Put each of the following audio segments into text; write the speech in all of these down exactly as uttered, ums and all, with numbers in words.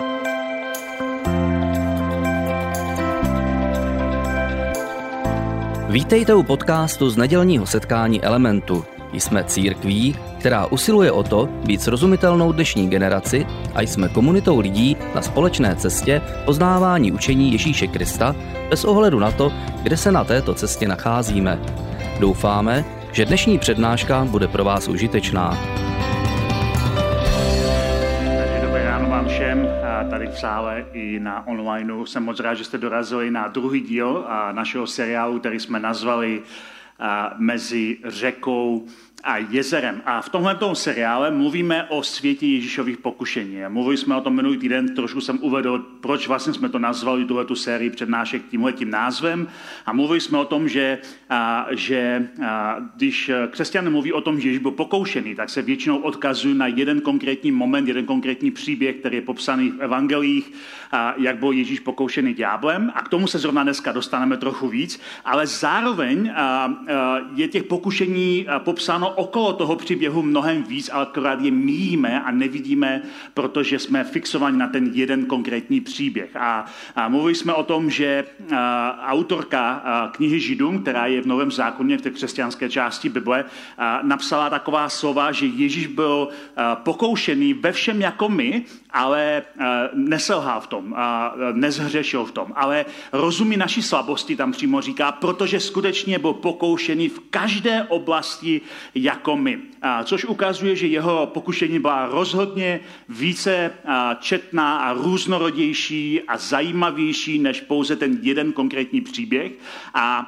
Vítejte u podcastu z nedělního setkání Elementu. Jsme církví, která usiluje o to být srozumitelnou dnešní generaci a jsme komunitou lidí na společné cestě poznávání učení Ježíše Krista bez ohledu na to, kde se na této cestě nacházíme. Doufáme, že dnešní přednáška bude pro vás užitečná. Dobré ráno vám všem, tady v sále i na onlineu. Jsem moc rád, že jste dorazili na druhý díl našeho seriálu, který jsme nazvali Mezi řekou a jezerem. A v tomhletom seriále mluvíme o světě Ježíšových pokušení. Mluvili jsme o tom minulý týden, trošku jsem uvedl, proč vlastně jsme to nazvali, tuhletu sérii přednášek tímhletím názvem. A mluvili jsme o tom, že, a, že a, když křesťané mluví o tom, že Ježíš byl pokoušený, tak se většinou odkazují na jeden konkrétní moment, jeden konkrétní příběh, který je popsaný v evangelích, a, jak byl Ježíš pokoušený ďáblem. A k tomu se zrovna dneska dostaneme trochu víc. Ale zároveň a, a, je těch pokušení popsáno okolo toho příběhu mnohem víc, ale akorát je míjíme a nevidíme, protože jsme fixovaní na ten jeden konkrétní příběh. A, a mluvili jsme o tom, že a, autorka a, knihy Židům, která je v Novém zákoně, v té křesťanské části Bible, a, napsala taková slova, že Ježíš byl a, pokoušený ve všem jako my, ale a, neselhal v tom, a, nezhřešil v tom, ale rozumí naší slabosti, tam přímo říká, protože skutečně byl pokoušený v každé oblasti jako my. A což ukazuje, že jeho pokušení byla rozhodně více a, četná a různorodější a zajímavější než pouze ten jeden konkrétní příběh. A, a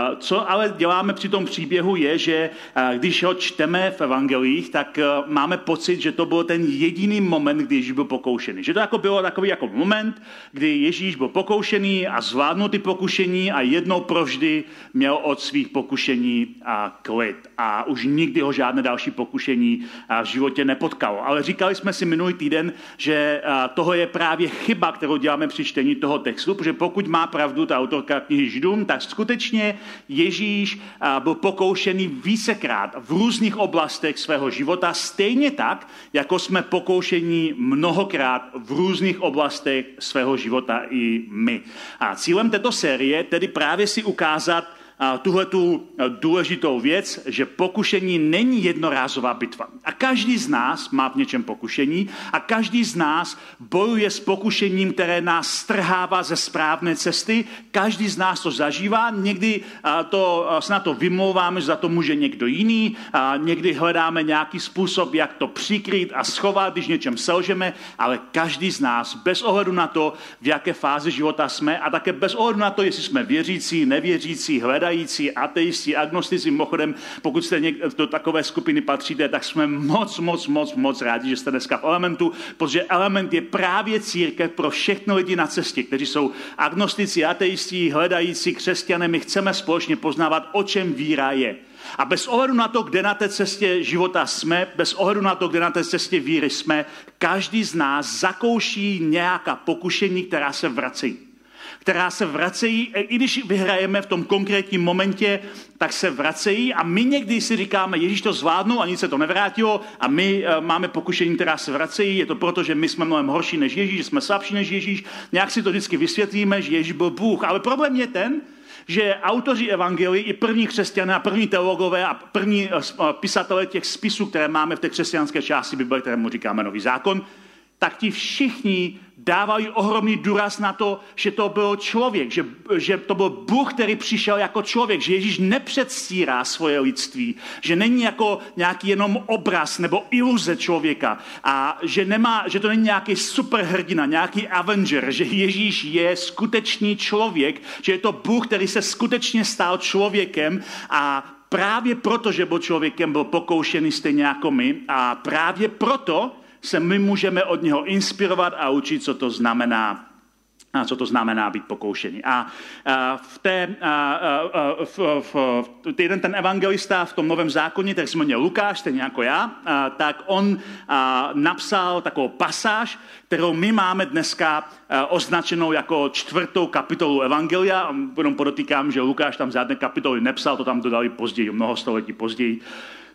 co ale děláme při tom příběhu je, že a, když ho čteme v evangelích, tak a, máme pocit, že to byl ten jediný moment, kdy Ježíš byl pokoušený. Že to jako bylo takový jako moment, kdy Ježíš byl pokoušený a zvládnul ty pokušení a jednou provždy měl od svých pokušení a klid. A už nikdy ho žádné další pokušení v životě nepotkalo. Ale říkali jsme si minulý týden, že toho je právě chyba, kterou děláme při čtení toho textu, protože pokud má pravdu ta autorka knihy Židům, tak skutečně Ježíš byl pokoušený vícekrát v různých oblastech svého života, stejně tak, jako jsme pokoušení mnohokrát v různých oblastech svého života i my. A cílem této série tedy právě si ukázat tuhletu důležitou věc, že pokušení není jednorázová bitva. A každý z nás má v něčem pokušení a každý z nás bojuje s pokušením, které nás strhává ze správné cesty. Každý z nás to zažívá, někdy to, se na to vymlouváme, že za to může někdo jiný, a někdy hledáme nějaký způsob, jak to přikrýt a schovat, když něčem selžeme, ale každý z nás, bez ohledu na to, v jaké fázi života jsme a také bez ohledu na to, jestli jsme věřící, nevěřící, hledají, ateisti, agnostici, mimochodem, pokud jste něk- do takové skupiny patříte, tak jsme moc, moc, moc, moc rádi, že jste dneska v Elementu, protože Element je právě církev pro všechny lidi na cestě, kteří jsou agnostici, ateisti, hledající, křesťané. My chceme společně poznávat, o čem víra je. A bez ohledu na to, kde na té cestě života jsme, bez ohledu na to, kde na té cestě víry jsme, každý z nás zakouší nějaká pokušení, která se vracejí. která se vracejí, i když vyhrajeme v tom konkrétním momentě, tak se vracejí a my někdy si říkáme, Ježíš to zvládnul a nic se to nevrátilo a my uh, máme pokušení, která se vracejí, je to proto, že my jsme mnohem horší než Ježíš, že jsme slabší než Ježíš, nějak si to vždycky vysvětlíme, že Ježíš byl Bůh, ale problém je ten, že autoři evangelií i první křesťané a první teologové a první uh, pisatelé těch spisů, které máme v té křesťanské části Bible, kterému říkáme Nový zákon, tak ti všichni dávali ohromný důraz na to, že to byl člověk, že, že to byl Bůh, který přišel jako člověk, že Ježíš nepředstírá svoje lidství, že není jako nějaký jenom obraz nebo iluze člověka a že, nemá, že to není nějaký superhrdina, nějaký Avenger, že Ježíš je skutečný člověk, že je to Bůh, který se skutečně stal člověkem a právě proto, že byl člověkem, byl pokoušený stejně jako my a právě proto se my můžeme od něho inspirovat a učit, co to znamená, a co to znamená být pokoušený. A, a v té, a, a, v, v, v, jeden ten evangelista v tom Novém zákoně, který se jmenuje Lukáš, stejně jako já, a, tak on a, napsal takovou pasáž, kterou my máme dneska a, označenou jako čtvrtou kapitolu evangelia. Jenom podotýkám, že Lukáš tam žádné kapitoly nepsal, to tam dodali později, mnoho století později.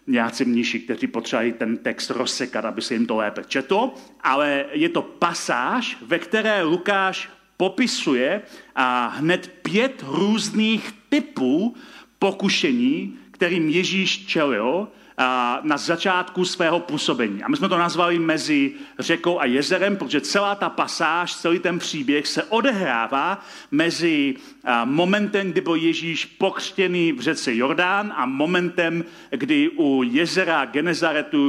nějací mniši, kteří potřebují ten text rozsekat, aby se jim to lépe četlo, ale je to pasáž, ve které Lukáš popisuje a hned pět různých typů pokušení, kterým Ježíš čelil na začátku svého působení. A my jsme to nazvali mezi řekou a jezerem, protože celá ta pasáž, celý ten příběh se odehrává mezi momentem, kdy byl Ježíš pokřtěný v řece Jordán a momentem, kdy u jezera Genezaretu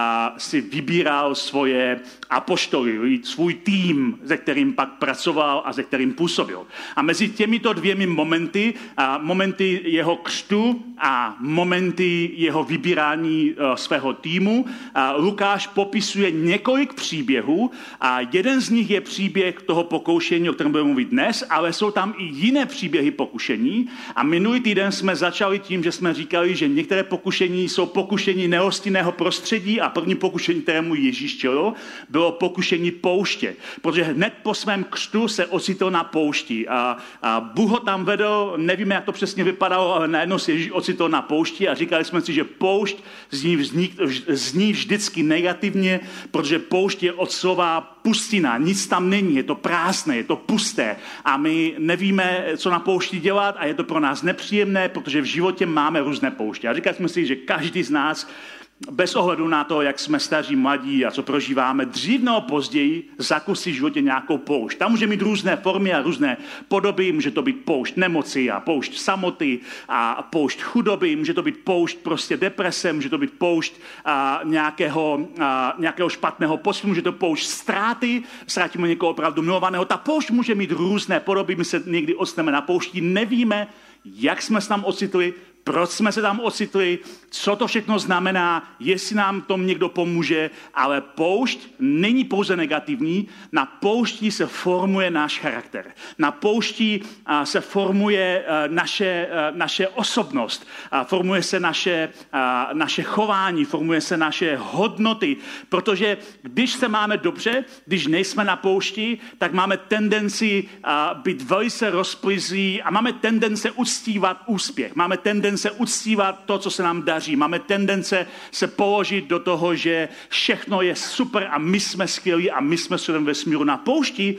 si vybíral svoje apoštoly, svůj tým, se kterým pak pracoval a se kterým působil. A mezi těmito dvěmi momenty, momenty jeho křtu a momenty jeho vybírání svého týmu, Lukáš popisuje několik příběhů a jeden z nich je příběh toho pokoušení, o kterém budeme mluvit dnes, ale jsou tam i jiné příběhy pokušení a minulý týden jsme začali tím, že jsme říkali, že některé pokušení jsou pokušení nehostinného prostředí a první pokušení, kterému Ježíš čelil, bylo pokušení pouště, protože hned po svém křtu se ocitl na poušti a, a Bůh ho tam vedl, nevíme, jak to přesně vypadalo, ale najednou se Ježíš ocitl na poušti a říkali jsme si, že poušť zní, vznik, zní vždycky negativně, protože poušť je od slova pustina, nic tam není, je to prázdné, je to pusté a my nevíme, co na poušti dělat a je to pro nás nepříjemné, protože v životě máme různé pouště. A říkali jsme si, že každý z nás bez ohledu na to, jak jsme staří, mladí a co prožíváme, dřív nebo později zakusí v životě nějakou poušť. Tam může mít různé formy a různé podoby, může to být poušť nemoci a poušť samoty a poušť chudoby, může to být poušť prostě deprese, může to být poušť a, nějakého, a, nějakého špatného pocitu, může to poušť ztráty, ztrátíme někoho opravdu milovaného. Ta poušť může mít různé podoby, my se někdy odstaneme na poušti, nevíme, jak jsme se tam ocitli, proč jsme se tam ocitli, co to všechno znamená, jestli nám tom někdo pomůže, ale poušť není pouze negativní, na poušti se formuje náš charakter. Na poušti se formuje naše, naše osobnost, formuje se naše, naše chování, formuje se naše hodnoty, protože když se máme dobře, když nejsme na poušti, tak máme tendenci být velice rozplizí a máme tendence uctívat úspěch, máme tendence se uctívat to, co se nám daří. Máme tendence se položit do toho, že všechno je super a my jsme skvělí a my jsme středem vesmíru. Na poušti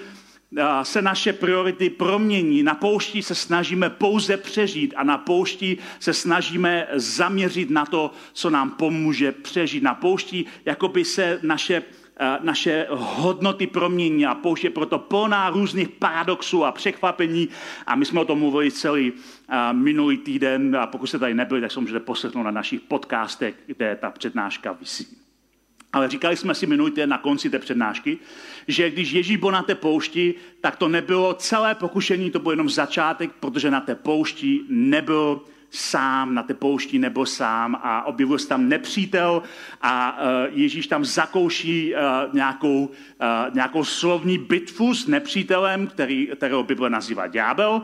se naše priority promění. Na poušti se snažíme pouze přežít a na poušti se snažíme zaměřit na to, co nám pomůže přežít. Na poušti jakoby se naše naše hodnoty promění a poušť je proto plná různých paradoxů a překvapení a my jsme o tom mluvili celý minulý týden a pokud jste tady nebyli, tak se můžete poslechnout na našich podcastech, kde ta přednáška visí. Ale říkali jsme si minulý týden na konci té přednášky, že když Ježíš byl na té poušti, tak to nebylo celé pokušení, to byl jenom začátek, protože na té poušti nebyl sám, na té poušti nebyl sám a objevil se tam nepřítel a Ježíš tam zakouší nějakou, nějakou slovní bitvu s nepřítelem, který, kterého Bible nazývá ďábel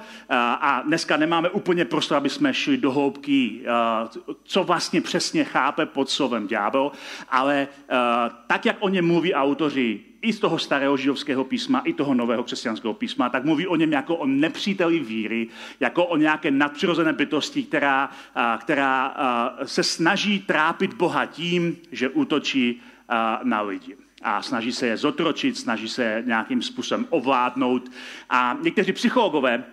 a dneska nemáme úplně prostor, aby jsme šli do hloubky, co vlastně přesně chápe pod slovem ďábel, ale tak, jak o něm mluví autoři i z toho starého židovského písma, i toho nového křesťanského písma, tak mluví o něm jako o nepříteli víry, jako o nějaké nadpřirozené bytosti, která, která se snaží trápit Boha tím, že útočí na lidi. A snaží se je zotročit, snaží se nějakým způsobem ovládnout. A někteří psychologové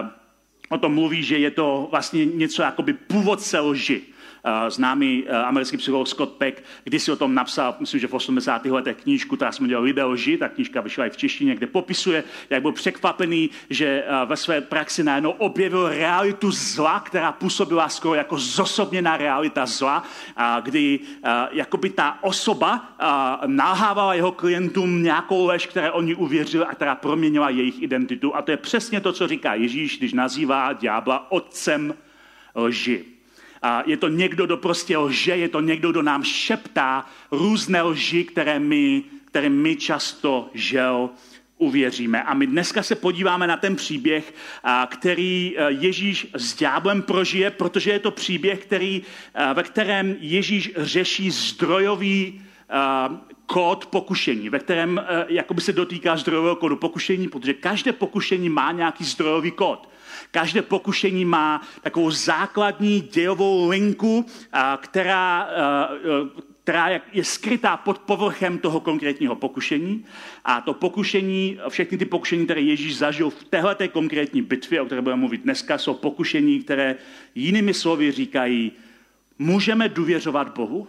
o tom mluví, že je to vlastně něco jakoby původce lži. Známý americký psycholog Scott Peck kdysi o tom napsal, myslím, že v osmdesátých letech knížku, která jsme dělali Lidé lži, ta knížka vyšla i v češtině, kde popisuje, jak byl překvapený, že ve své praxi najednou objevil realitu zla, která působila skoro jako zosobněná realita zla, kdy jakoby ta osoba nalhávala jeho klientům nějakou lež, které oni uvěřili a která proměnila jejich identitu. A to je přesně to, co říká Ježíš, když nazývá ďábla otcem lži. A je to někdo, kdo prostě lže, je to někdo, kdo nám šeptá různé lži, které my, které my často žel uvěříme. A my dneska se podíváme na ten příběh, který Ježíš s ďáblem prožije, protože je to příběh, který, ve kterém Ježíš řeší zdrojový kód pokušení, ve kterém jakoby se dotýká zdrojového kódu pokušení, protože každé pokušení má nějaký zdrojový kód. Každé pokušení má takovou základní dějovou linku, která, která je skrytá pod povrchem toho konkrétního pokušení. A to pokušení, všechny ty pokušení, které Ježíš zažil v téhleté konkrétní bitvě, o které budeme mluvit dneska, jsou pokušení, které jinými slovy říkají, můžeme důvěřovat Bohu?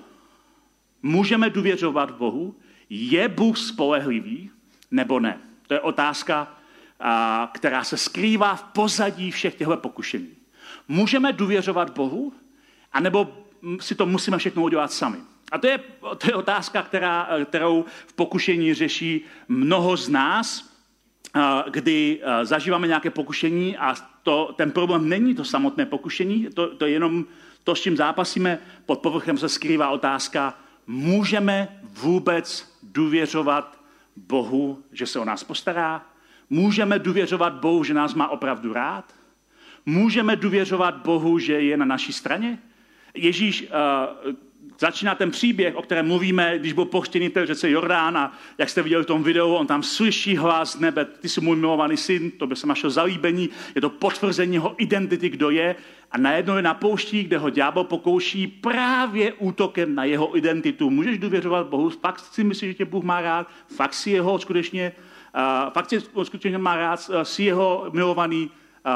Můžeme důvěřovat Bohu? Je Bůh spolehlivý nebo ne? To je otázka, která se skrývá v pozadí všech těchto pokušení. Můžeme důvěřovat Bohu? A nebo si to musíme všechno udělat sami? A to je, to je otázka, která, kterou v pokušení řeší mnoho z nás, kdy zažíváme nějaké pokušení a to, ten problém není to samotné pokušení, to, to je jenom to, s čím zápasíme. Pod povrchem se skrývá otázka, můžeme vůbec důvěřovat Bohu, že se o nás postará? Můžeme důvěřovat Bohu, že nás má opravdu rád? Můžeme důvěřovat Bohu, že je na naší straně? Ježíš uh, začíná ten příběh, o kterém mluvíme, když byl pohřtěný v té řece Jordán a jak jste viděli v tom videu, on tam slyší hlas z nebe, ty jsi můj milovaný syn, to by se našel zalíbení, je to potvrzení jeho identity, kdo je a najednou je na poušti, kde ho ďábel pokouší právě útokem na jeho identitu. Můžeš důvěřovat Bohu, fakt si myslíš, že tě Bůh má rád, fakt si jeho skutečně, uh, fakt si skutečně má rád, uh, si jeho milovaný,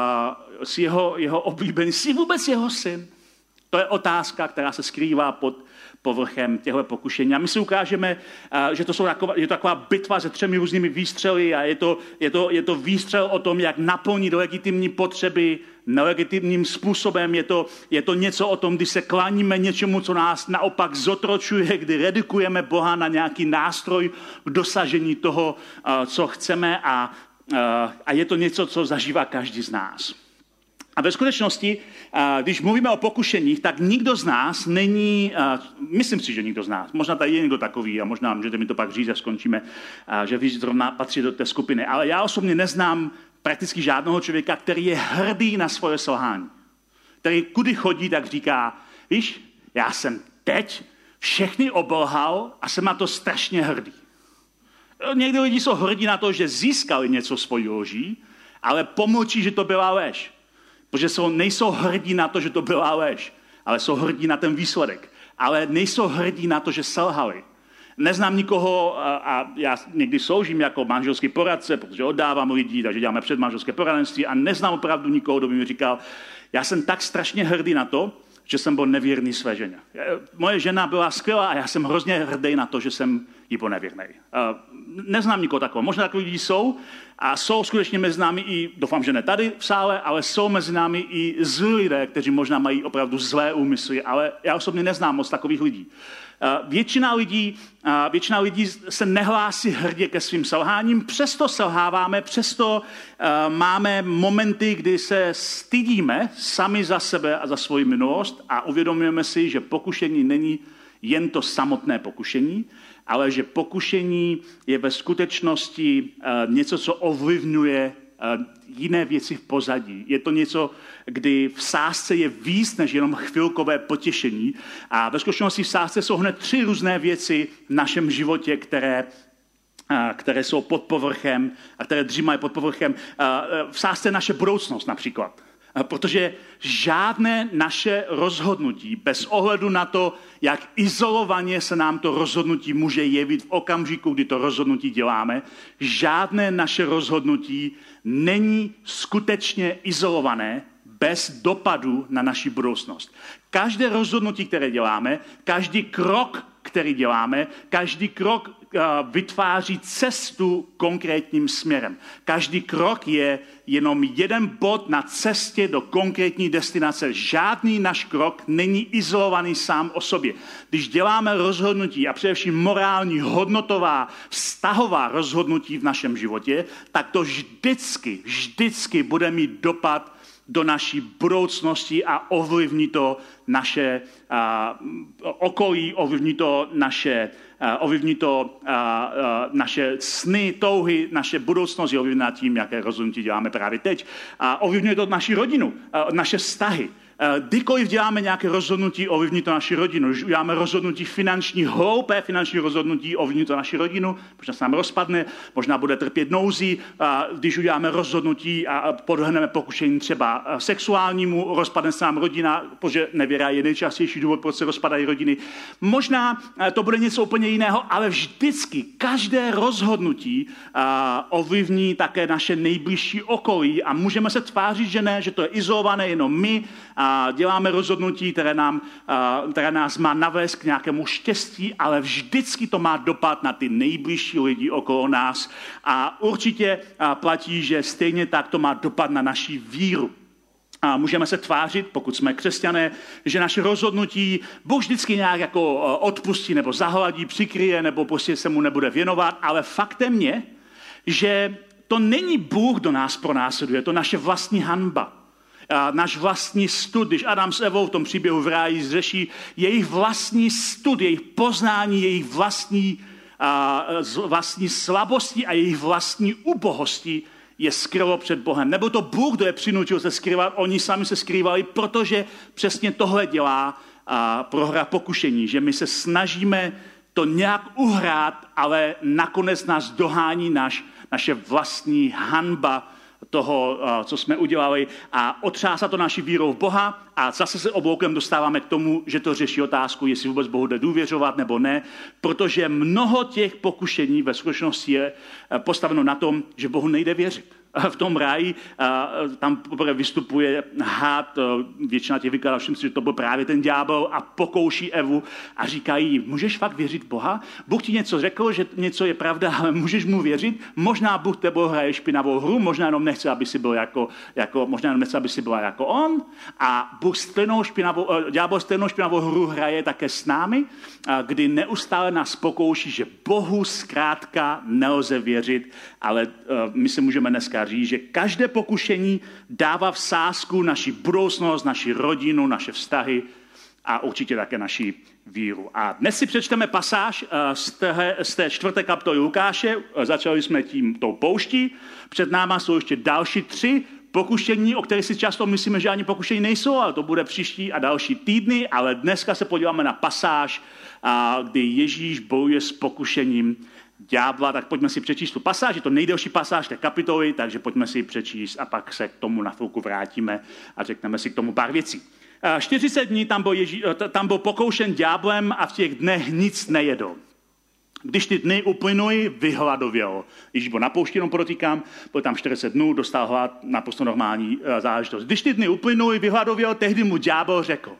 uh, si jeho, jeho oblíbený, si vůbec jeho syn. To je otázka, která se skrývá pod povrchem těchto pokušení. A my si ukážeme, že to, jsou taková, je to taková bitva se třemi různými výstřely a je to, je, to, je to výstřel o tom, jak naplnit legitimní potřeby nelegitimním způsobem. Je to, je to něco o tom, kdy se kláníme něčemu, co nás naopak zotročuje, kdy redukujeme Boha na nějaký nástroj k dosažení toho, co chceme a, a je to něco, co zažívá každý z nás. A ve skutečnosti, když mluvíme o pokušeních, tak nikdo z nás není, myslím si, že nikdo z nás, možná tady je někdo takový a možná můžete mi to pak říct, až skončíme, že vy zrovna patří do té skupiny, ale já osobně neznám prakticky žádného člověka, který je hrdý na svoje selhání. Který kudy chodí, tak říká, víš, já jsem teď všechny obelhal a jsem na to strašně hrdý. Někdy lidi jsou hrdí na to, že získali něco svojí lží, ale pomlčí, že to byla lež. Protože jsou, nejsou hrdí na to, že to byla lež, ale jsou hrdí na ten výsledek. Ale nejsou hrdí na to, že selhali. Neznám nikoho, a, a já někdy sloužím jako manželský poradce, protože oddávám lidí, takže děláme předmanželské poradenství a neznám opravdu nikoho, kdo by mi říkal, já jsem tak strašně hrdý na to, že jsem byl nevěrný své ženě. Moje žena byla skvělá a já jsem hrozně hrdý na to, že jsem jí byl nevěrný. Neznám nikoho takového. Možná takový lidi jsou a jsou skutečně mezi námi i, doufám, že ne tady v sále, ale jsou mezi námi i zlí lidé, kteří možná mají opravdu zlé úmysly, ale já osobně neznám moc takových lidí. Většina lidí, většina lidí se nehlásí hrdě ke svým selháním, přesto selháváme, přesto máme momenty, kdy se stydíme sami za sebe a za svoji minulost a uvědomujeme si, že pokušení není jen to samotné pokušení, ale že pokušení je ve skutečnosti něco, co ovlivňuje jiné věci v pozadí. Je to něco, kdy v sázce je víc než jenom chvilkové potěšení. A ve skutečnosti v sázce jsou hned tři různé věci v našem životě, které, které jsou pod povrchem a které dřímají pod povrchem. V sázce je naše budoucnost například. Protože žádné naše rozhodnutí, bez ohledu na to, jak izolovaně se nám to rozhodnutí může jevit v okamžiku, kdy to rozhodnutí děláme, žádné naše rozhodnutí není skutečně izolované bez dopadu na naši budoucnost. Každé rozhodnutí, které děláme, každý krok, který děláme, každý krok vytváří cestu konkrétním směrem. Každý krok je jenom jeden bod na cestě do konkrétní destinace. Žádný náš krok není izolovaný sám o sobě. Když děláme rozhodnutí a především morální, hodnotová, vztahová rozhodnutí v našem životě, tak to vždycky, vždycky bude mít dopad do naší budoucnosti a ovlivní to naše uh, okolí, ovlivní to naše, uh, ovlivní to uh, uh, naše sny, touhy, naše budoucnost je ovlivněna tím, jaké rozhodnutí děláme právě teď. A ovlivňuje to naši rodinu, uh, naše vztahy. Kdykoliv děláme nějaké rozhodnutí, ovlivní to naši rodinu. Když uděláme rozhodnutí finanční, hloupé finanční rozhodnutí, ovlivní to naši rodinu, možná se nám rozpadne, možná bude trpět nouzí. Když uděláme rozhodnutí a podlehneme pokušení třeba sexuálnímu, rozpadne se nám rodina, protože nevěra je nejčastější důvod, proč se rozpadají rodiny. Možná to bude něco úplně jiného, ale vždycky každé rozhodnutí ovlivní také naše nejbližší okolí a můžeme se tvářit, že ne, že to je izolované jenom my a děláme rozhodnutí, které, nám, které nás má navést k nějakému štěstí, ale vždycky to má dopad na ty nejbližší lidi okolo nás a určitě platí, že stejně tak to má dopad na naši víru. A můžeme se tvářit, pokud jsme křesťané, že naše rozhodnutí Bůh vždycky nějak jako odpustí nebo zahladí, přikryje nebo prostě se mu nebude věnovat, ale faktem je, že to není Bůh, kdo nás pronásleduje, to naše vlastní hanba. A náš vlastní stud, když Adam s Evou v tom příběhu v ráji zřeší jejich vlastní stud, jejich poznání, jejich vlastní, a, vlastní slabosti a jejich vlastní ubohosti je skrylo před Bohem. Nebo to Bůh, kdo je přinutil se skrývat, oni sami se skrývali, protože přesně tohle dělá a, prohra pokušení, že my se snažíme to nějak uhrát, ale nakonec nás dohání naš, naše vlastní hanba toho, co jsme udělali a otřásá to naši vírou v Boha a zase se obloukem dostáváme k tomu, že to řeší otázku, jestli vůbec Bohu jde důvěřovat nebo ne, protože mnoho těch pokušení ve skutečnosti je postaveno na tom, že Bohu nejde věřit. V tom ráji tam poprvé vystupuje had, většina těch vykladů, že to byl právě ten ďábel a pokouší Evu a říkají, můžeš fakt věřit Boha? Bůh ti něco řekl, že něco je pravda, ale můžeš mu věřit? Možná Bůh tebou hraje špinavou hru, možná jenom nechce, aby si byl jako, jako, možná jenom nechce, aby si byla jako on a Bůh stejnou špinavou, ďábel stejnou špinavou hru hraje také s námi, kdy neustále nás pokouší, že Bohu zkrátka nelze věřit, ale my se můžeme dneska říct, že každé pokušení dává v sázku naši budoucnost, naši rodinu, naše vztahy a určitě také naši víru. A dnes si přečteme pasáž z té, z té čtvrté kapitoly Lukáše. Začali jsme tím tou pouští. Před náma jsou ještě další tři pokušení, o kterých si často myslíme, že ani pokušení nejsou, ale to bude příští a další týdny. Ale dneska se podíváme na pasáž, kdy Ježíš bojuje s pokušením ďábla, tak pojďme si přečíst tu pasáž, je to nejdelší pasáž té kapitoly, takže pojďme si ji přečíst a pak se k tomu na chvilku vrátíme a řekneme si k tomu pár věcí. čtyřicet dní tam byl, Ježí, tam byl pokoušen ďáblem a v těch dnech nic nejedl. Když ty dny uplynuly, vyhladověl. Ježíš byl na poušti, jenom podotýkám, byl tam čtyřicet dnů, dostal hlad, naprosto normální záležitost. Když ty dny uplynuly, vyhladověl, tehdy mu ďábel řekl,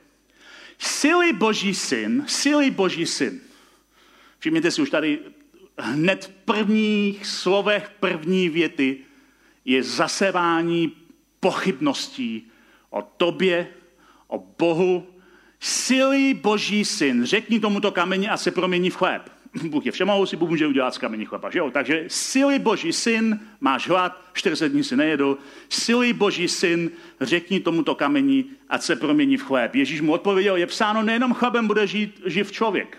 Jsi-li Boží syn, jsi-li Boží syn. Všimněte si už tady hned v prvních slovech první věty je zasevání pochybností o tobě, o Bohu. Jsi-li Boží syn, řekni tomuto kameni a se promění v chléb. Bůh je všemohoucí, Bůh může udělat z kamení chleba. Že jo? Takže jsi-li Boží syn, máš hlad, čtyřicet dní si nejedl. Jsi-li Boží syn, řekni tomuto kameni a se promění v chléb. Ježíš mu odpověděl, je psáno, nejenom chlebem bude žít živ člověk.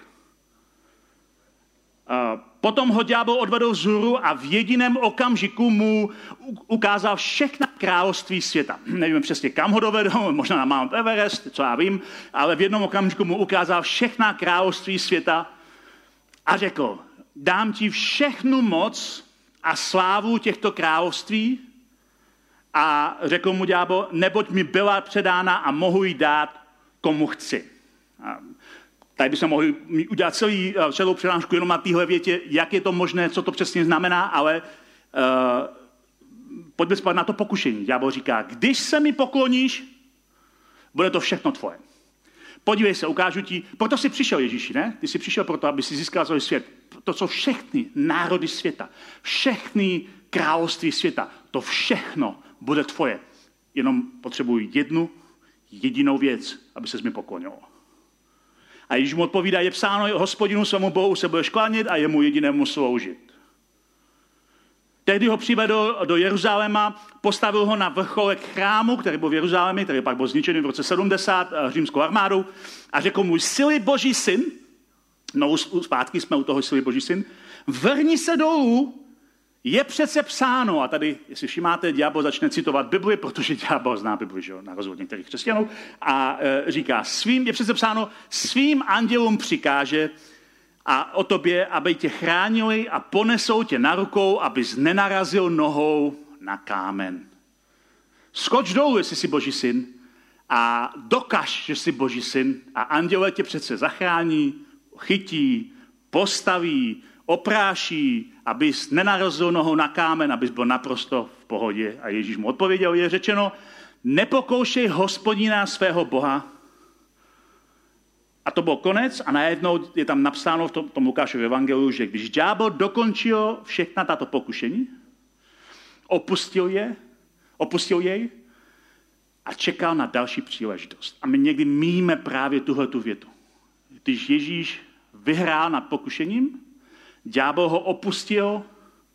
Potom ho ďábel odvedl vzhůru a v jediném okamžiku mu ukázal všechna království světa. Nevíme přesně, kam ho dovedl, možná na Mount Everest, co já vím, ale v jednom okamžiku mu ukázal všechna království světa a řekl, dám ti všechnu moc a slávu těchto království a řekl mu ďábel, neboť mi byla předána a mohu ji dát, komu chci. A tady bychom mohli udělat celý, celou přednášku jenom na téhle větě, jak je to možné, co to přesně znamená, ale uh, pojďme spát na to pokušení. Ďábel říká, když se mi pokloníš, bude to všechno tvoje. Podívej se, ukážu ti, proto jsi přišel Ježíši, ne? Ty jsi přišel proto, aby si získal celý svět. To jsou všechny národy světa, všechny království světa, to všechno bude tvoje. Jenom potřebuji jednu jedinou věc, aby ses mi poklonil. A Ježíš mu odpovídá, je psáno, Hospodinu svému Bohu se budeš klanit a jemu jedinému sloužit. Tehdy ho přivedl do Jeruzaléma, postavil ho na vrcholek chrámu, který byl v Jeruzalémě, který pak byl zničený v roce sedmdesát římskou armádou, a řekl mu, jsi-li Boží syn, no zpátky jsme u toho, jsi-li Boží syn, vrni se dolů, Je přece psáno, a tady, jestli všimáte, ďábel začne citovat Bibli, protože ďábel zná Bibli, že? Na rozdíl od některých křesťanů, a e, říká, svým, je přece psáno, svým andělům přikáže a o tobě, aby tě chránili a ponesou tě na rukou, abys nenarazil nohou na kámen. Skoč dolů, jestli jsi Boží syn, a dokaž, že jsi Boží syn, a anděle tě přece zachrání, chytí, postaví, opráší, abys nenarazil nohou na kámen, abys byl naprosto v pohodě. A Ježíš mu odpověděl, je řečeno, nepokoušej Hospodina svého Boha. A to byl konec a najednou je tam napsáno v tom, tom Lukášově evangeliu, že když ďábel dokončil všechna tato pokušení, opustil je, opustil jej a čekal na další příležitost. A my někdy míme právě tuhletu větu. Když Ježíš vyhrál nad pokušením, ďábel ho opustil,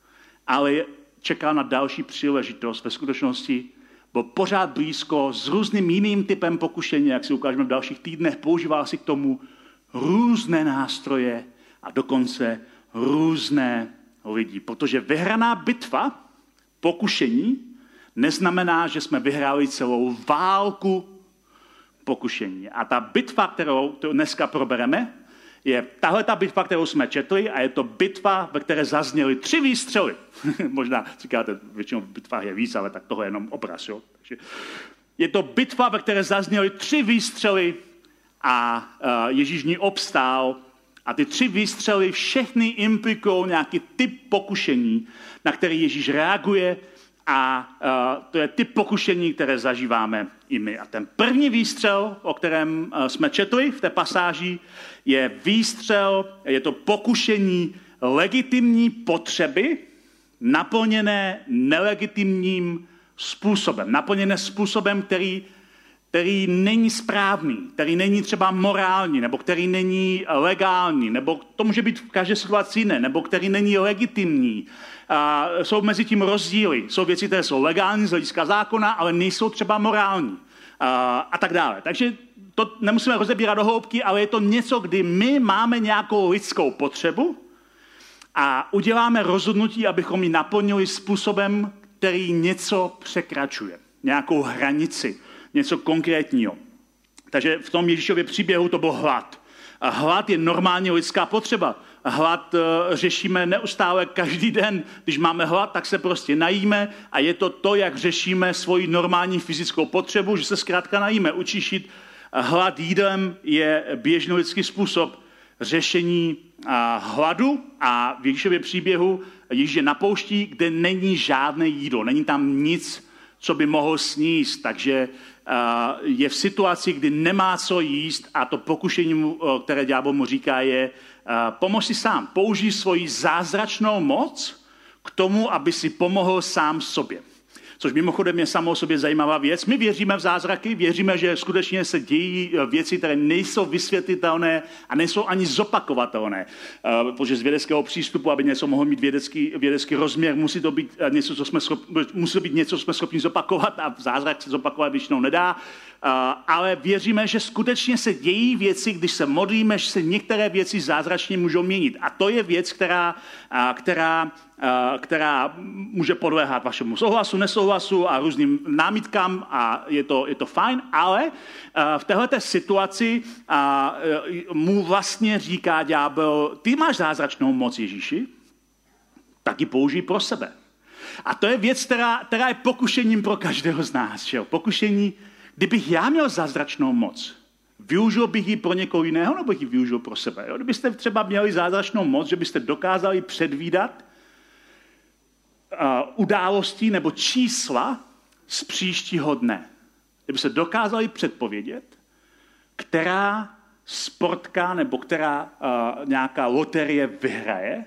ale čekal na další příležitost. Ve skutečnosti byl pořád blízko s různým jiným typem pokušení, jak si ukážeme v dalších týdnech, používal si k tomu různé nástroje a dokonce různé lidi. Protože vyhraná bitva, pokušení, neznamená, že jsme vyhráli celou válku pokušení. A ta bitva, kterou dneska probereme, je tahle ta bitva, kterou jsme četli, a je to bitva, ve které zazněly tři výstřely. Možná říkáte, většinou v bitvách je víc, ale tak toho je jenom obraz. Jo? Takže je to bitva, ve které zazněly tři výstřely a uh, Ježíš ní obstál. A ty tři výstřely všechny implikují nějaký typ pokušení, na který Ježíš reaguje, a uh, to je typ pokušení, které zažíváme i my. A ten první výstřel, o kterém uh, jsme četli v té pasáži, je výstřel, je to pokušení legitimní potřeby, naplněné nelegitimním způsobem. Naplněné způsobem, který, který není správný, který není třeba morální, nebo který není legální, nebo to může být v každé situaci jiné, nebo který není legitimní. A jsou mezi tím rozdíly. Jsou věci, které jsou legální z hlediska zákona, ale nejsou třeba morální. A, a tak dále. Takže to nemusíme rozebírat do hloubky, ale je to něco, kdy my máme nějakou lidskou potřebu a uděláme rozhodnutí, abychom ji naplnili způsobem, který něco překračuje. Nějakou hranici, něco konkrétního. Takže v tom Ježíšově příběhu to byl hlad. A hlad je normální lidská potřeba. Hlad uh, řešíme neustále každý den. Když máme hlad, tak se prostě najíme a je to to, jak řešíme svoji normální fyzickou potřebu, že se zkrátka najíme. Učišit hlad jídlem je běžný lidský způsob řešení uh, hladu, a v Ježíšově příběhu Ježíš je na poušti, kde není žádné jídlo, není tam nic, co by mohl sníst, takže uh, je v situaci, kdy nemá co jíst, a to pokušení, které ďábel mu říká, je uh, pomož si sám, použij svoji zázračnou moc k tomu, aby si pomohl sám sobě. Což mimochodem je samo o sobě zajímavá věc. My věříme v zázraky, věříme, že skutečně se dějí věci, které nejsou vysvětlitelné a nejsou ani zopakovatelné. Uh, protože z vědeckého přístupu, aby něco mohlo mít vědecký, vědecký rozměr, musí to být něco, co jsme schopni, musí to být něco, co jsme schopni zopakovat, a zázrak se zopakovat většinou nedá. Uh, ale věříme, že skutečně se dějí věci, když se modlíme, že se některé věci zázračně můžou měnit. A to je věc, která, uh, která, uh, která může podléhat vašemu souhlasu, nesouhlasu a různým námitkám, a je to, je to fajn, ale uh, v téhleté situaci uh, mu vlastně říká ďábel, ty máš zázračnou moc, Ježíši, tak ji použij pro sebe. A to je věc, která, která je pokušením pro každého z nás. Že? Pokušení, kdybych já měl zázračnou moc, využil bych ji pro někoho jiného, nebo bych ji využil pro sebe? Jo? Kdybyste třeba měli zázračnou moc, že byste dokázali předvídat uh, události nebo čísla z příštího dne. Kdybyste dokázali předpovědět, která sportka nebo která uh, nějaká loterie vyhraje,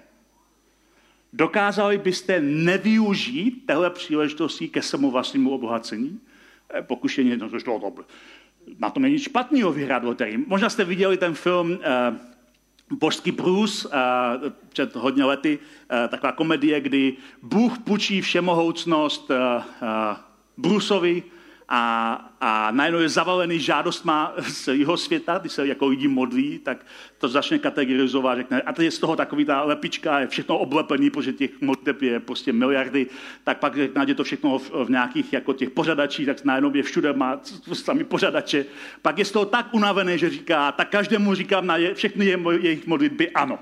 dokázali byste nevyužít téhle příležitosti ke svému vlastnímu obohacení? Pokušení, no to šlo, na tom není nic špatného vyhrát loterii. Možná jste viděli ten film uh, Božský Bruce uh, před hodně lety, uh, taková komedie, kdy Bůh půjčí všemohoucnost uh, uh, Bruceovi a, a najednou je zavalený žádostma z jeho světa, když se jako lidi modlí, tak to začne kategorizovat, řekne, a to je z toho takový ta lepička, je všechno oblepený, protože těch modliteb je prostě miliardy, tak pak řekne, je to všechno v, v nějakých jako těch pořadačích, tak najednou je všude má sami pořadače. Pak je z toho tak unavený, že říká, tak každému říkám na je, všechny je, jejich modlitby ano.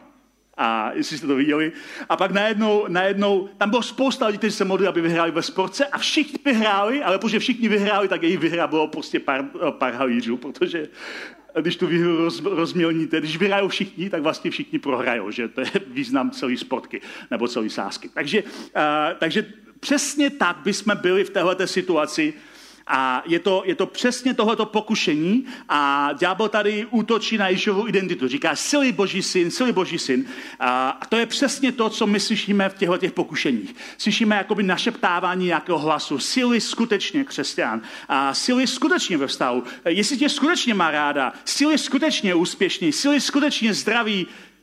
A jestli jste to viděli. A pak najednou, najednou tam bylo spousta lidí, kteří se modlili, aby vyhráli ve sportce a všichni vyhráli, ale protože všichni vyhráli, tak jejich vyhra bylo prostě pár, pár halířů, protože když tu výhru roz, rozmělníte, když vyhrajou všichni, tak vlastně všichni prohrajou, že to je význam celé sportky nebo celé sázky. Takže, uh, takže přesně tak bychom byli v téhleté situaci. A je to, je to přesně tohleto pokušení a ďábel tady útočí na Ježíšovu identitu. Říká, silný boží syn, silný boží syn. A to je přesně to, co my slyšíme v těchto těch pokušeních. Slyšíme jakoby našeptávání nějakého hlasu. Silný skutečně křesťan. A silný skutečně ve vztahu. Jestli tě skutečně má ráda, silný skutečně úspěšný, silný skutečně zdravý.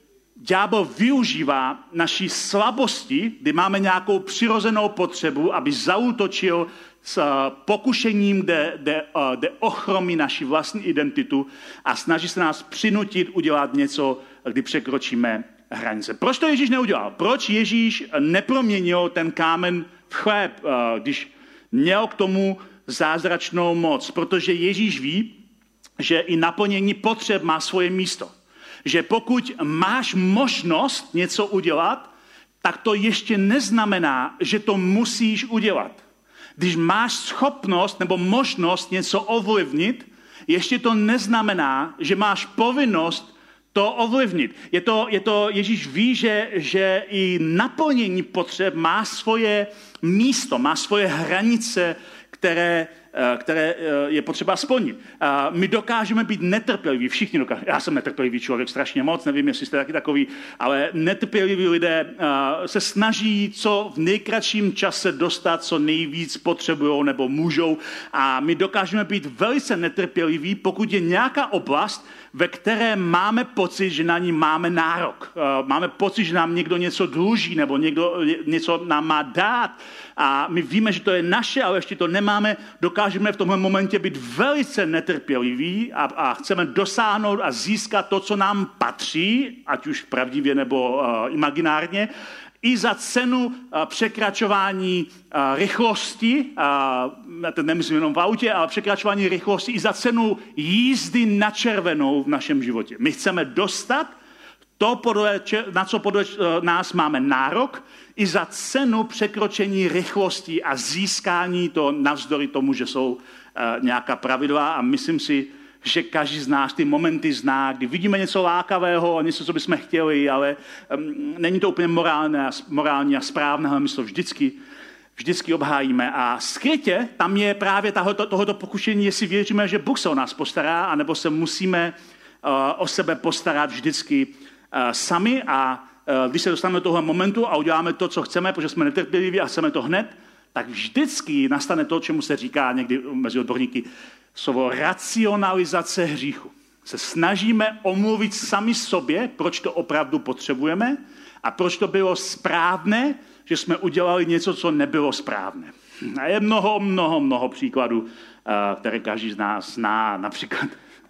Ďábel využívá naší slabosti, kdy máme nějakou přirozenou potřebu, aby zaútočil s pokušením, kde, kde, kde ochromí naši vlastní identitu a snaží se nás přinutit udělat něco, kdy překročíme hranice. Proč to Ježíš neudělal? Proč Ježíš neproměnil ten kámen v chléb, když měl k tomu zázračnou moc? Protože Ježíš ví, že i naplnění potřeb má svoje místo. Že pokud máš možnost něco udělat, tak to ještě neznamená, že to musíš udělat. Když máš schopnost nebo možnost něco ovlivnit, ještě to neznamená, že máš povinnost to ovlivnit. Je to, je to Ježíš ví, že, že i naplnění potřeb má svoje místo, má svoje hranice, které, které je potřeba splnit. My dokážeme být netrpěliví, všichni dokážeme. Já jsem netrpělivý člověk strašně moc, nevím, jestli jste taky takový, ale netrpěliví lidé se snaží co v nejkratším čase dostat, co nejvíc potřebují nebo můžou. A my dokážeme být velice netrpěliví, pokud je nějaká oblast, ve které máme pocit, že na ní máme nárok. Máme pocit, že nám někdo něco dluží nebo někdo něco nám má dát. A my víme, že to je naše, ale ještě to nemáme. Dokážeme v tomhle momentě být velice netrpěliví a, a chceme dosáhnout a získat to, co nám patří, ať už pravdivě nebo uh, imaginárně, i za cenu uh, překračování uh, rychlosti, uh, já to nemyslím jenom v autě, ale překračování rychlosti i za cenu jízdy na červenou v našem životě. My chceme dostat to, podle, na co podle nás máme nárok, i za cenu překročení rychlosti a získání to navzdory tomu, že jsou uh, nějaká pravidla a myslím si, že každý z nás ty momenty zná, kdy vidíme něco lákavého a něco, co bychom chtěli, ale um, není to úplně morální a, morální a správné, ale my to vždycky, vždycky obhájíme. A skrytě tam je právě tohoto, tohoto pokušení, jestli věříme, že Bůh se o nás postará, anebo se musíme uh, o sebe postarat vždycky uh, sami a uh, když se dostaneme do tohle momentu a uděláme to, co chceme, protože jsme netrpěliví a chceme to hned, tak vždycky nastane to, čemu se říká někdy mezi odborníky, slovo racionalizace hříchu. Se snažíme omluvit sami sobě, proč to opravdu potřebujeme a proč to bylo správné, že jsme udělali něco, co nebylo správné. A je mnoho, mnoho, mnoho příkladů, které každý z nás zná. Například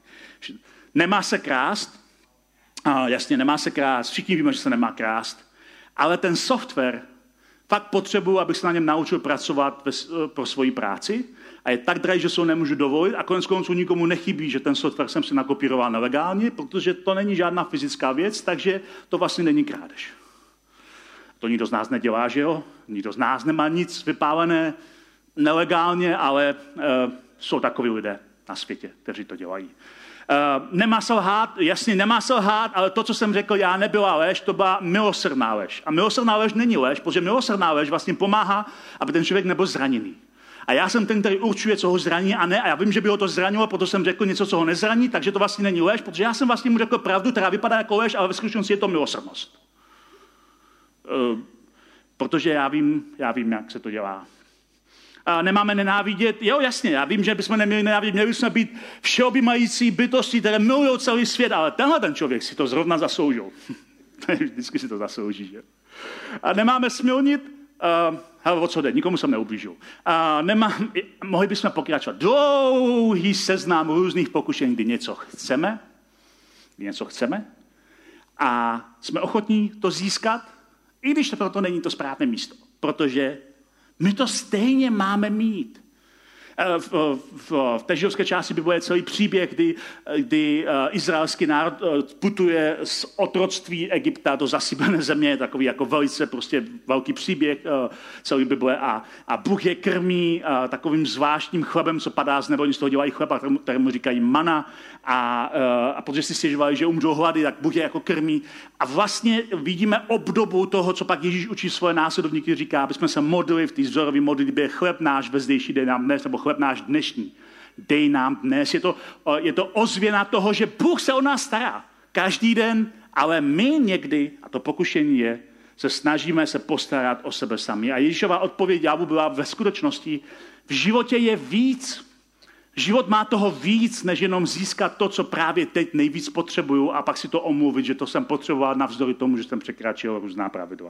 nemá se krást, jasně, nemá se krást, všichni víme, že se nemá krást, ale ten software fakt potřebuji, abych se na něm naučil pracovat pro svoji práci a je tak drahý, že se ho nemůžu dovolit a konec konců nikomu nechybí, že ten software jsem si nakopíroval nelegálně, protože to není žádná fyzická věc, takže to vlastně není krádež. To nikdo z nás nedělá, že jo? Nikdo z nás nemá nic vypálené nelegálně, ale e, jsou takoví lidé na světě, kteří to dělají. Uh, nemá se lhát, jasně nemá se lhát, ale to, co jsem řekl, já nebyla lež, to byla milosrdná lež. A milosrdná lež není lež, protože milosrdná lež vlastně pomáhá, aby ten člověk nebyl zraněný. A já jsem ten, který určuje, co ho zraní a ne. A já vím, že by ho to zranilo, proto jsem řekl něco, co ho nezraní, takže to vlastně není lež, protože já jsem vlastně mu řekl pravdu, která vypadá jako lež, ale ve skutečnosti je to milosrdnost. Uh, protože já vím, já vím, jak se to dělá. A nemáme nenávidět. Jo, jasně, já vím, že bychom neměli nenávidět, měli jsme být všeobjímající bytosti, které milují celý svět, ale tenhle ten člověk si to zrovna zasloužil. Vždycky si to zaslouží, že? A nemáme smilnit. Uh, hele, o co jde? Nikomu jsem neublížil. Uh, nemám, mohli bychom pokračovat. Dlouhý seznam různých pokušení, kdy něco chceme, kdy něco chceme a jsme ochotní to získat, i když to proto není to správné místo. Protože my to stejně máme mít. V, v, v té židovské části Bible je celý příběh, kdy, kdy izraelský národ putuje z otroctví Egypta do zasíbené země, takový jako velice prostě velký příběh celý Bible a, a Bůh je krmí takovým zvláštním chlebem, co padá z nebe, oni z toho dělají chleba, kterému říkají mana a, a protože si stěžovali, že umřou hlady, tak Bůh je jako krmí a vlastně vidíme obdobu toho, co pak Ježíš učí svoje následovníky, říká, aby jsme se modlili v té vzorové modlitbě, chléb náš vezdejší dej nám dnes, nebo chléb náš dnešní. Dej nám dnes. Je to, je to ozvěna toho, že Bůh se o nás stará. Každý den, ale my někdy, a to pokušení je, se snažíme se postarat o sebe sami. A Ježíšova odpověď ďáblu byla ve skutečnosti, v životě je víc. Život má toho víc, než jenom získat to, co právě teď nejvíc potřebuju a pak si to omluvit, že to jsem potřeboval navzdory tomu, že jsem překročil různá pravidla.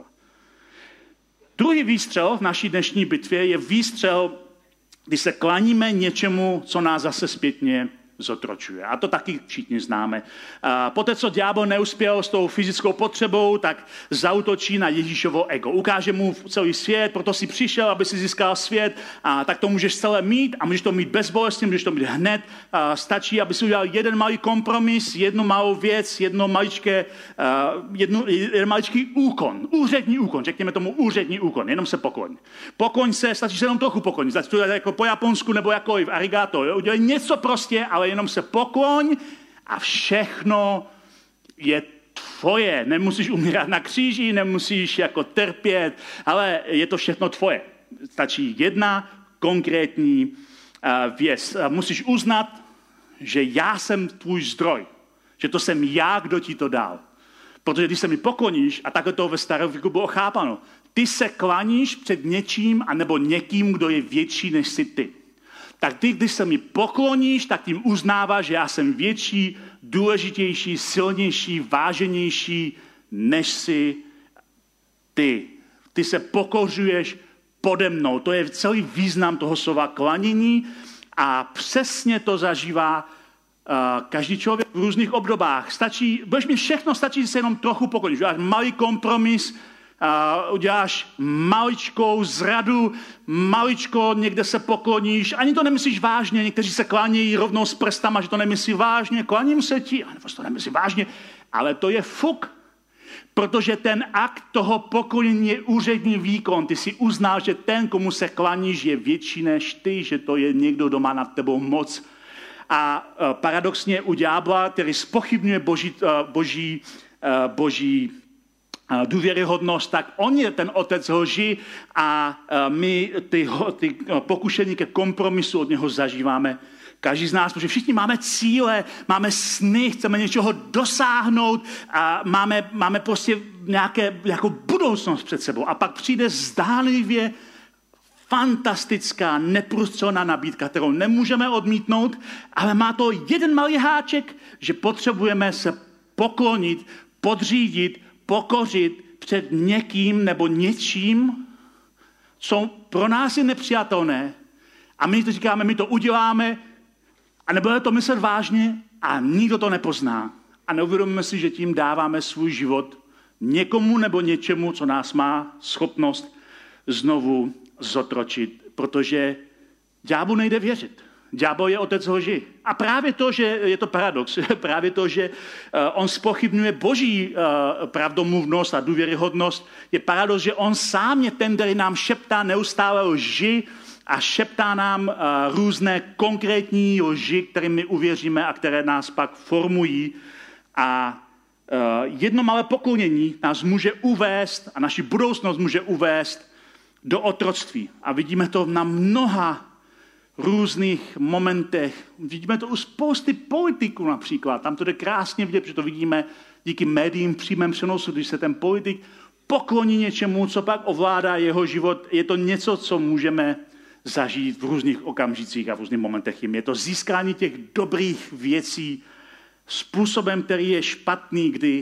Druhý výstřel v naší dnešní bitvě je výstřel, kdy se klaníme něčemu, co nás zase zpětně zotročuje. A to taky všichni známe. A poté, co ďábel neuspěl s tou fyzickou potřebou, tak zaútočí na Ježíšovo ego. Ukáže mu celý svět, proto si přišel, aby si získal svět, a tak to můžeš celé mít a můžeš to mít bezbolestně, můžeš to mít hned. A stačí, aby si udělal jeden malý kompromis, jednu malou věc, jedno maličké, jednu, jeden maličký úkon, úřední úkon, řekněme tomu úřední úkon, jenom se pokloň. Pokloň se, stačí se jenom trochu pokloň, stačí to jako po japonsku nebo jakoliv, arigato, jo? Udělej něco prostě, ale jenom se pokloň a všechno je tvoje. Nemusíš umírat na kříži, nemusíš jako trpět, ale je to všechno tvoje. Stačí jedna konkrétní uh, věc. Musíš uznat, že já jsem tvůj zdroj. Že to jsem já, kdo ti to dal. Protože když se mi pokloníš, a takhle to ve starověku bylo chápano, ty se klaníš před něčím anebo někým, kdo je větší než jsi ty. Tak ty, když se mi pokloníš, tak tím uznáváš, že já jsem větší, důležitější, silnější, váženější, než jsi ty. Ty se pokořuješ pode mnou. To je celý význam toho slova klanění a přesně to zažívá uh, každý člověk v různých obdobách. Stačí, budeš mi všechno, stačí, že se jenom trochu pokloníš. Uděláš malý kompromis, Uh, uděláš maličkou zradu, maličko, někde se pokloníš, ani to nemyslíš vážně, někteří se klánějí rovnou s prstama, že to nemyslí vážně, klaním se ti, ale to nemyslí vážně, ale to je fuk, protože ten akt toho poklonění je úřední výkon, ty si uznal, že ten, komu se klaníš, je větší než ty, že to je někdo, kdo má nad tebou moc. A uh, paradoxně u ďábla, který zpochybňuje boží, uh, boží, uh, boží důvěryhodnost, tak on je ten otec lži a my ty, ty pokušení ke kompromisu od něho zažíváme každý z nás, protože všichni máme cíle, máme sny, chceme něčeho dosáhnout a máme, máme prostě nějaké, nějakou budoucnost před sebou. A pak přijde zdánlivě fantastická, neprůstřelná nabídka, kterou nemůžeme odmítnout, ale má to jeden malý háček, že potřebujeme se poklonit, podřídit, pokořit před někým nebo něčím, co pro nás je nepřijatelné. A my to říkáme, my to uděláme a nebudeme to myslet vážně a nikdo to nepozná. A neuvědomíme si, že tím dáváme svůj život někomu nebo něčemu, co nás má schopnost znovu zotročit, protože ďáblu nejde věřit. Ďábel je otec lži. A právě to, že je to paradox, právě to, že on zpochybňuje boží pravdomluvnost a důvěryhodnost, je paradox, že on sám je ten, který nám šeptá neustále lži a šeptá nám různé konkrétní lži, kterými uvěříme a které nás pak formují. A jedno malé poklonění nás může uvést a naši budoucnost může uvést do otroctví. A vidíme to na mnoha různých momentech. Vidíme to u spousty politiků například. Tam to jde krásně vidět, protože to vidíme díky médiím v přímém přenosu, když se ten politik pokloní něčemu, co pak ovládá jeho život. Je to něco, co můžeme zažít v různých okamžicích a v různých momentech. Je to získání těch dobrých věcí způsobem, který je špatný, kdy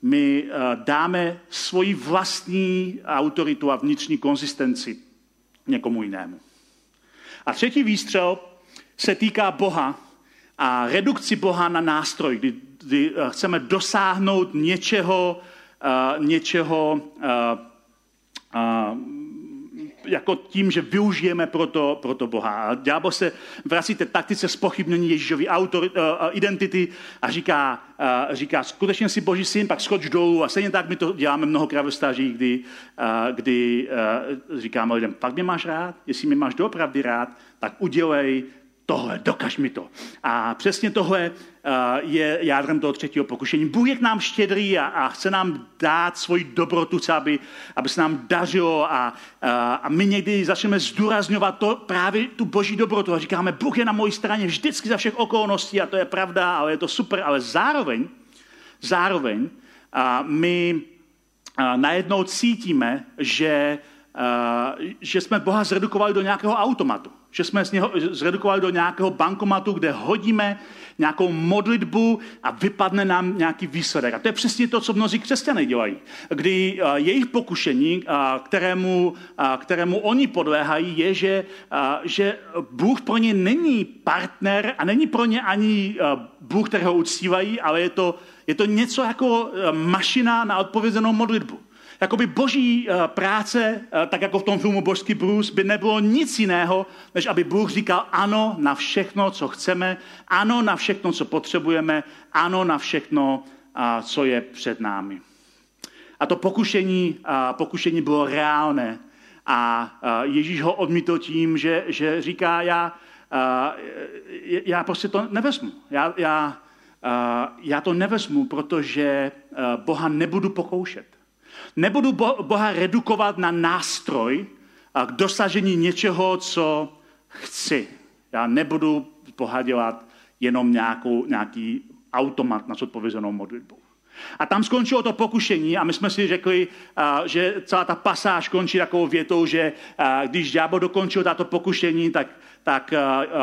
my dáme svoji vlastní autoritu a vnitřní konzistenci někomu jinému. A třetí výstřel se týká Boha a redukci Boha na nástroj, kdy, kdy chceme dosáhnout něčeho, uh, něčeho uh, uh, jako tím, že využijeme pro to, pro to Boha. A ďábel se vrací té taktice zpochybnění Ježíšovy autor, uh, identity a říká, uh, říká, skutečně jsi Boží syn, pak skoč dolů. A stejně tak my to děláme mnohokrát ve stážích, kdy, uh, kdy uh, říkáme lidem, fakt mě máš rád? Jestli mě máš doopravdy rád, tak udělej tohle, dokaž mi to. A přesně tohle uh, je jádrem toho třetího pokušení. Bůh je k nám štědrý a, a chce nám dát svoji dobrotu, aby, aby se nám dařilo a, uh, a my někdy začneme zdůrazňovat to, právě tu Boží dobrotu a říkáme, Bůh je na mojí straně vždycky za všech okolností a to je pravda, ale je to super, ale zároveň, zároveň uh, my uh, najednou cítíme, že, uh, že jsme Boha zredukovali do nějakého automatu. Že jsme z něho zredukovali do nějakého bankomatu, kde hodíme nějakou modlitbu a vypadne nám nějaký výsledek. A to je přesně to, co mnozí křesťané dělají. Kdy jejich pokušení, kterému, kterému oni podléhají, je, že, že Bůh pro ně není partner a není pro ně ani Bůh, kterého uctívají, ale je to, je to něco jako mašina na odpovězenou modlitbu. Jakoby boží práce, tak jako v tom filmu Božský Bruce, by nebylo nic jiného, než aby Bůh říkal ano na všechno, co chceme, ano na všechno, co potřebujeme, ano na všechno, co je před námi. A to pokušení, pokušení bylo reálné a Ježíš ho odmítl tím, že, že říká, já, já prostě to nevezmu. Já, já, já to nevezmu, protože Boha nebudu pokoušet. Nebudu Boha redukovat na nástroj k dosažení něčeho, co chci. Já nebudu Boha dělat jenom nějakou, nějaký automat na zodpovězenou modlitbu. A tam skončilo to pokušení a my jsme si řekli, že celá ta pasáž končí takovou větou, že když ďábel dokončil tato pokušení, tak, tak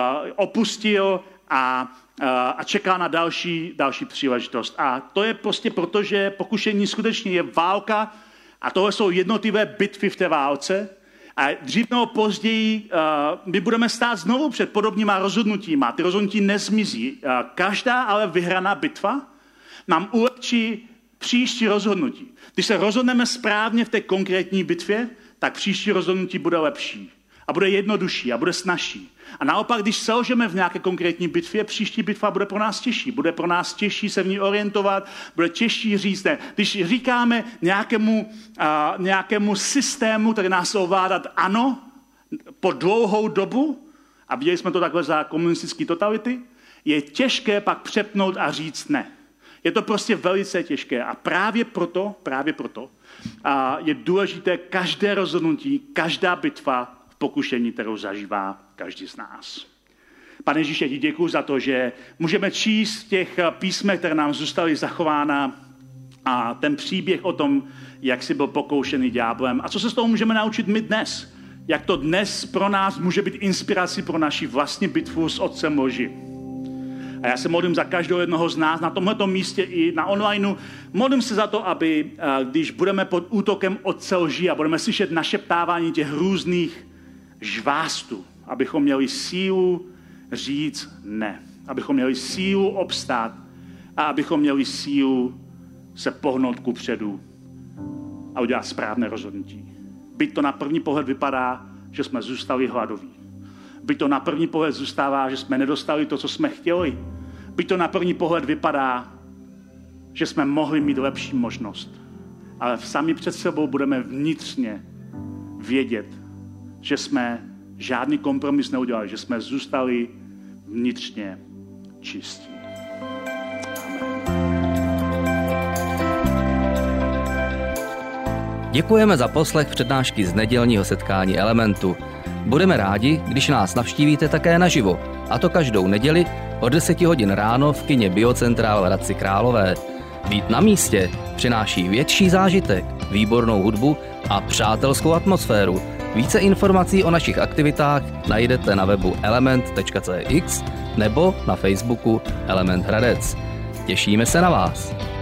opustil a a čeká na další, další příležitost. A to je prostě proto, že pokušení skutečně je válka a tohle jsou jednotlivé bitvy v té válce. A dřív nebo později uh, my budeme stát znovu před podobnýma rozhodnutíma. Ty rozhodnutí nezmizí. Uh, každá ale vyhraná bitva nám ulehčí příští rozhodnutí. Když se rozhodneme správně v té konkrétní bitvě, tak příští rozhodnutí bude lepší. A bude jednodušší a bude snazší. A naopak, když selžeme v nějaké konkrétní bitvě, příští bitva bude pro nás těžší. Bude pro nás těžší se v ní orientovat, bude těžší říct ne. Když říkáme nějakému, a, nějakému systému, který nás ovládat ano, po dlouhou dobu, a viděli jsme to takhle za komunistické totality, je těžké pak přepnout a říct ne. Je to prostě velice těžké a právě proto, právě proto a je důležité každé rozhodnutí, každá bitva, pokušení, kterou zažívá každý z nás. Pane Ježíši, já ti děkuju za to, že můžeme číst v těch písmech, které nám zůstaly zachována a ten příběh o tom, jak jsi byl pokoušený ďáblem a co se z toho můžeme naučit my dnes. Jak to dnes pro nás může být inspirací pro naši vlastní bitvu s Otcem Loži. A já se modlím za každého jednoho z nás na tomhleto místě i na onlineu. Modlím se za to, aby když budeme pod útokem Otce Lži a budeme slyšet našeptávání těch různých žvástu, abychom měli sílu říct ne. Abychom měli sílu obstát a abychom měli sílu se pohnout kupředu a udělat správné rozhodnutí. Byť to na první pohled vypadá, že jsme zůstali hladoví. Byť to na první pohled zůstává, že jsme nedostali to, co jsme chtěli. Byť to na první pohled vypadá, že jsme mohli mít lepší možnost. Ale sami před sebou budeme vnitřně vědět, že jsme žádný kompromis neudělali, že jsme zůstali vnitřně čistí. Děkujeme za poslech přednášky z nedělního setkání Elementu. Budeme rádi, když nás navštívíte také naživo, a to každou neděli od deseti hodin ráno v kině Biocentral v Hradci Králové. Být na místě přináší větší zážitek, výbornou hudbu a přátelskou atmosféru. Více informací o našich aktivitách najdete na webu element tečka cé x nebo na Facebooku Element Hradec. Těšíme se na vás.